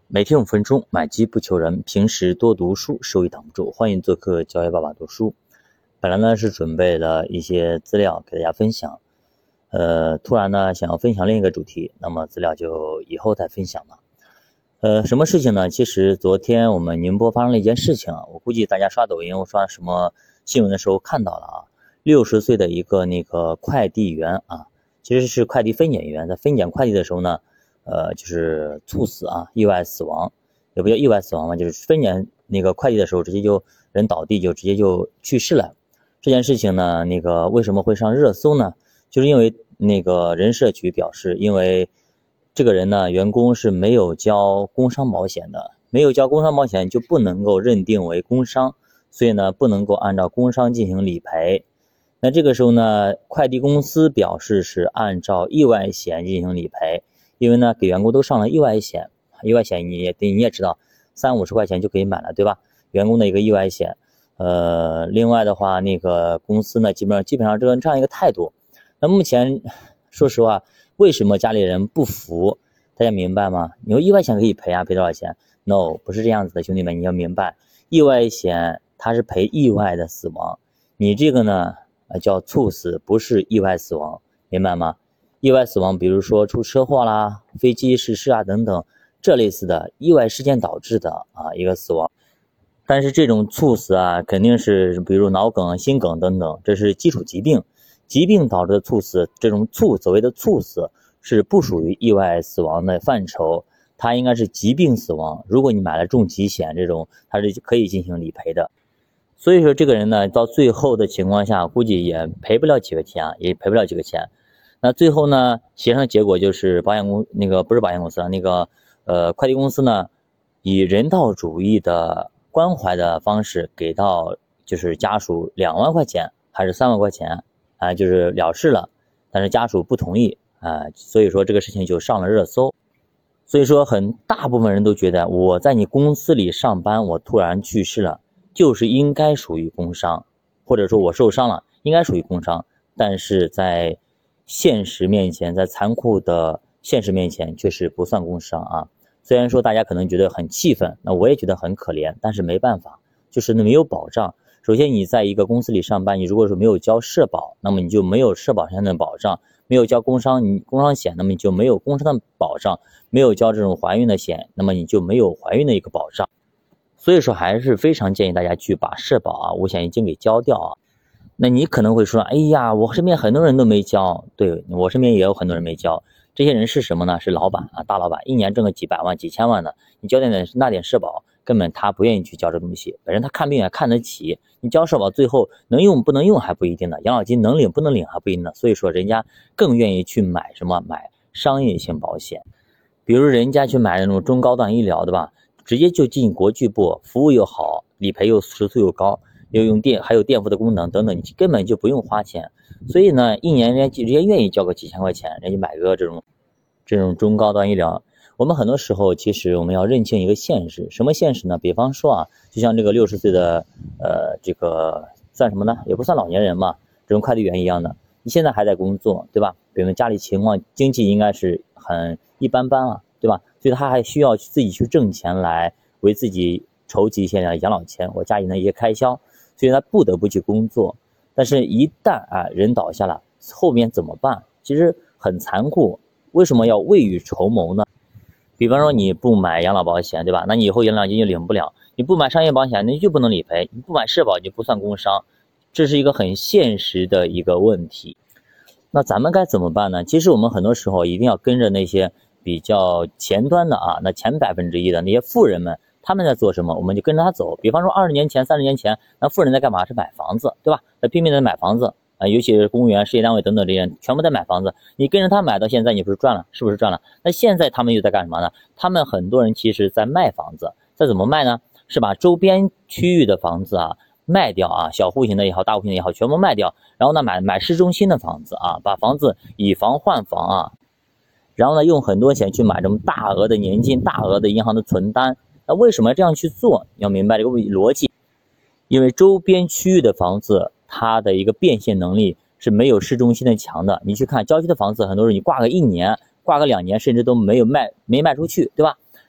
每天5分钟，买机不求人，平时多读书，收益挡不住。欢迎做客教育爸爸读书。本来呢是准备了一些资料给大家分享，突然呢想要分享另一个主题，那么资料就以后再分享了。什么事情呢？其实昨天我们宁波发生了一件事情啊，我估计大家刷抖音、刷什么新闻的时候看到了啊，60岁的一个快递员啊，其实是快递分拣员，在分拣快递的时候呢。就是猝死啊，意外死亡，也不叫意外死亡嘛，就是分拣快递的时候直接就人倒地，就直接就去世了。这件事情呢，为什么会上热搜呢？就是因为人社局表示，因为这个人呢，员工是没有交工伤保险的，没有交工伤保险就不能够认定为工伤，所以呢，不能够按照工伤进行理赔。那这个时候呢，快递公司表示是按照意外险进行理赔。因为呢，给员工都上了意外险，意外险你也知道，30-50块钱就可以买了，对吧？员工的一个意外险，另外的话，公司呢基本上这样一个态度。那目前说实话，为什么家里人不服？大家明白吗？你说意外险可以赔啊，赔多少钱 ？No， 不是这样子的，兄弟们，你要明白，意外险它是赔意外的死亡，你这个呢叫猝死，不是意外死亡，明白吗？意外死亡，比如说出车祸啦、飞机失事啊等等，这类似的意外事件导致的一个死亡。但是这种猝死啊，肯定是比如脑梗、心梗等等，这是基础疾病，疾病导致的猝死，这种所谓的猝死是不属于意外死亡的范畴，它应该是疾病死亡。如果你买了重疾险这种，它是可以进行理赔的。所以说这个人呢，到最后的情况下，估计也赔不了几个钱，那最后呢，协商结果就是不是保险公司了，快递公司呢，以人道主义的关怀的方式给到就是家属2万块钱还是3万块钱啊，就是了事了，但是家属不同意啊，所以说这个事情就上了热搜。所以说很大部分人都觉得我在你公司里上班，我突然去世了，就是应该属于工伤，或者说我受伤了，应该属于工伤，但是在现实面前，在残酷的现实面前，确实不算工伤啊。虽然说大家可能觉得很气愤，那我也觉得很可怜，但是没办法，就是没有保障。首先你在一个公司里上班，你如果说没有交社保，那么你就没有社保上的保障，没有交工伤险，那么你就没有工伤的保障，没有交这种怀孕的险，那么你就没有怀孕的一个保障。所以说还是非常建议大家去把社保5险1金给交掉啊。那你可能会说，哎呀，我身边很多人都没交，对，我身边也有很多人没交。这些人是什么呢？是老板啊，大老板，一年挣个几百万、几千万的，你交那点社保，根本他不愿意去交这东西。本身他看病也看得起，你交社保最后能用不能用还不一定呢，养老金能领不能领还不一定呢。所以说人家更愿意去买什么？买商业性保险，比如人家去买那种中高端医疗，对吧？直接就进国际部，服务又好，理赔时速又高。还有垫付的功能等等，你根本就不用花钱。所以呢，一年人家愿意交个几千块钱，人家买个这种中高端医疗。我们很多时候其实我们要认清一个现实，什么现实呢？比方说啊，就像这个60岁的算什么呢？也不算老年人嘛，这种快递员一样的，你现在还在工作，对吧？比如家里情况经济应该是很一般般了，对吧？所以他还需要自己去挣钱来为自己筹集一些养老钱，我家里的一些开销。所以他不得不去工作，但是一旦人倒下了，后面怎么办？其实很残酷。为什么要未雨绸缪呢？比方说你不买养老保险，对吧？那你以后养老金就领不了。你不买商业保险，那就不能理赔。你不买社保就不算工伤，这是一个很现实的一个问题。那咱们该怎么办呢？其实我们很多时候一定要跟着那些比较前端的那前1%的那些富人们。他们在做什么，我们就跟着他走。比方说20年前、30年前，那富人在干嘛？是买房子，对吧？在拼命的买房子尤其是公务员、事业单位等等这些，全部在买房子。你跟着他买到现在，你不是赚了？是不是赚了？那现在他们又在干什么呢？他们很多人其实在卖房子，在怎么卖呢？是把周边区域的房子卖掉小户型的也好，大户型的也好，全部卖掉，然后呢买市中心的房子把房子以房换房然后呢用很多钱去买这么大额的年金、大额的银行的存单。那为什么这样去做？你要明白这个逻辑，因为周边区域的房子，它的一个变现能力是没有市中心的强的。你去看郊区的房子，很多人你挂个1年、挂个2年，甚至都没卖出去，对吧？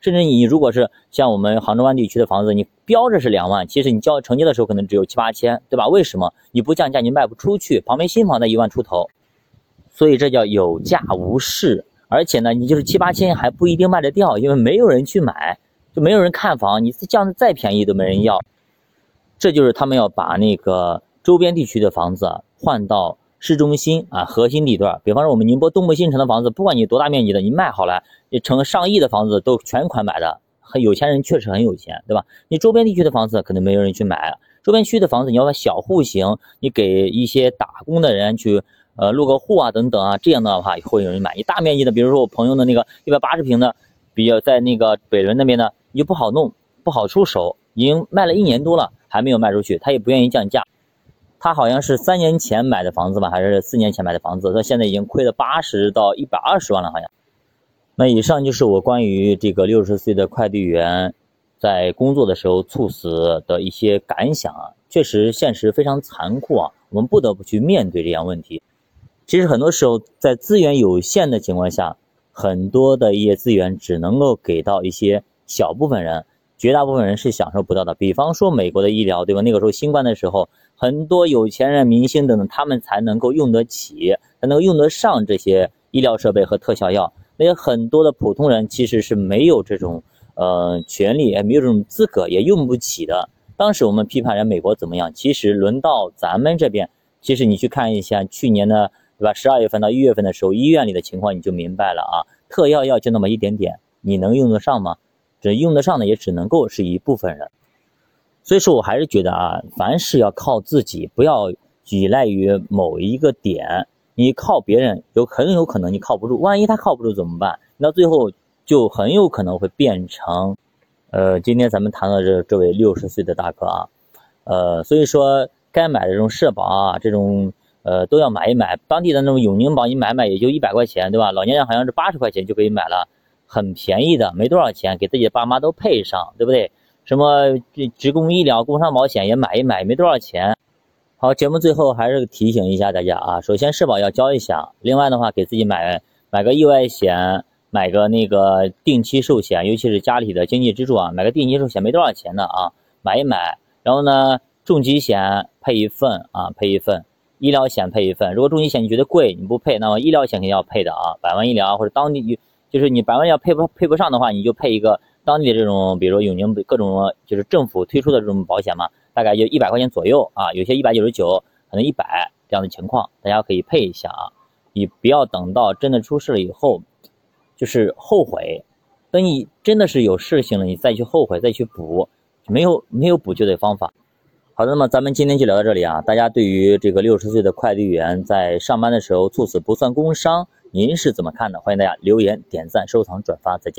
甚至你如果是像我们杭州湾地区的房子，你标着是2万，其实你交成交的时候可能只有7、8千，对吧？为什么？你不降价你卖不出去，旁边新房在1万出头，所以这叫有价无市。而且呢，你就是7、8千还不一定卖得掉，因为没有人去买，就没有人看房，你降的再便宜都没人要。这就是他们要把那个周边地区的房子换到市中心啊，核心地段。比方说我们宁波东部新城的房子，不管你多大面积的，你卖好了，成上亿的房子都全款买的，很有钱人确实很有钱，对吧？你周边地区的房子可能没有人去买，周边区的房子你要小户型，你给一些打工的人去落个户啊等等啊，这样的话会有人买。你大面积的，比如说我朋友的那个180平的，比较在那个北仑那边呢，你就不好弄，不好出手，已经卖了1年多了还没有卖出去，他也不愿意降价。他好像是3年前买的房子吧，还是4年前买的房子，他现在已经亏了80到120万了好像。那以上就是我关于这个60岁的快递员在工作的时候猝死的一些感想啊，确实现实非常残酷啊，我们不得不去面对这样问题。其实很多时候在资源有限的情况下，很多的一些资源只能够给到一些小部分人，绝大部分人是享受不到的。比方说美国的医疗，对吧？那个时候新冠的时候，很多有钱人、明星等等，他们才能够用得起，才能够用得上这些医疗设备和特效药。那些很多的普通人其实是没有这种权利，也没有这种资格，也用不起的。当时我们批判人美国怎么样，其实轮到咱们这边，其实你去看一下去年的，对吧？12月份到1月份的时候，医院里的情况你就明白了啊。特效药就那么一点点，你能用得上吗？这用得上的也只能够是一部分人。所以说我还是觉得啊，凡事要靠自己，不要依赖于某一个点。你靠别人很有可能你靠不住，万一他靠不住怎么办？那最后就很有可能会变成今天咱们谈到这位60岁的大哥啊，所以说该买的这种社保啊，这种都要买一买。当地的那种永宁保你买也就100块钱，对吧？老年人好像是80块钱就可以买了，很便宜的，没多少钱，给自己的爸妈都配上，对不对？什么职工医疗、工伤保险也买一买，没多少钱。好，节目最后还是提醒一下大家啊，首先社保要交一下，另外的话给自己买个意外险，买个那个定期寿险，尤其是家里的经济支柱啊，买个定期寿险没多少钱的啊，买一买。然后呢，重疾险配一份啊，配一份，医疗险配一份。如果重疾险你觉得贵，你不配，那么医疗险肯定要配的啊，百万医疗或者当地就是你百万医疗配不上的话，你就配一个当地的这种，比如说永宁各种就是政府推出的这种保险嘛，大概就100块钱左右啊，有些199，可能100这样的情况，大家可以配一下啊，你不要等到真的出事了以后，就是后悔。等你真的是有事情了，你再去后悔，再去补，没有补救的方法。好的，那么咱们今天就聊到这里啊。大家对于这个60岁的快递员在上班的时候猝死不算工伤，您是怎么看的？欢迎大家留言、点赞、收藏、转发，再见。